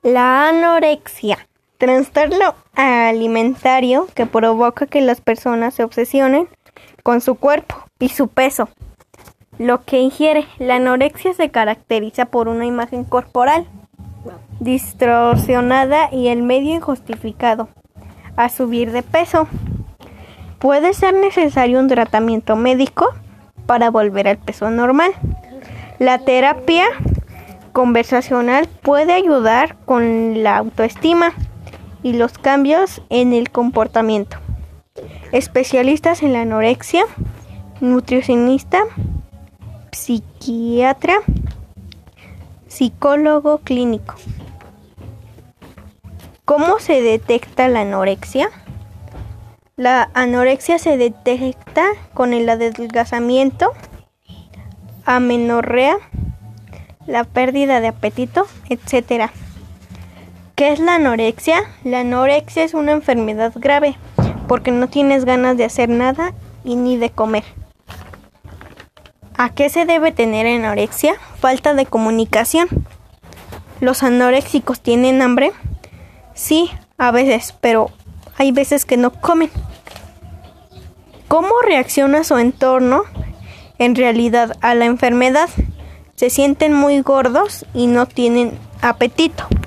La anorexia, trastorno alimentario que provoca que las personas se obsesionen con su cuerpo y su peso. Lo que ingiere, la anorexia se caracteriza por una imagen corporal distorsionada y el medio injustificado a subir de peso. Puede ser necesario un tratamiento médico para volver al peso normal. La terapia conversacional puede ayudar con la autoestima y los cambios en el comportamiento. Especialistas en la anorexia, nutricionista, psiquiatra, psicólogo clínico. ¿Cómo se detecta la anorexia? La anorexia se detecta con el adelgazamiento, amenorrea, la pérdida de apetito, etc. ¿Qué es la anorexia? La anorexia es una enfermedad grave porque no tienes ganas de hacer nada y ni de comer. ¿A qué se debe tener anorexia? Falta de comunicación. ¿Los anoréxicos tienen hambre? Sí, a veces, pero hay veces que no comen. ¿Cómo reacciona su entorno en realidad a la enfermedad? Se sienten muy gordos y no tienen apetito.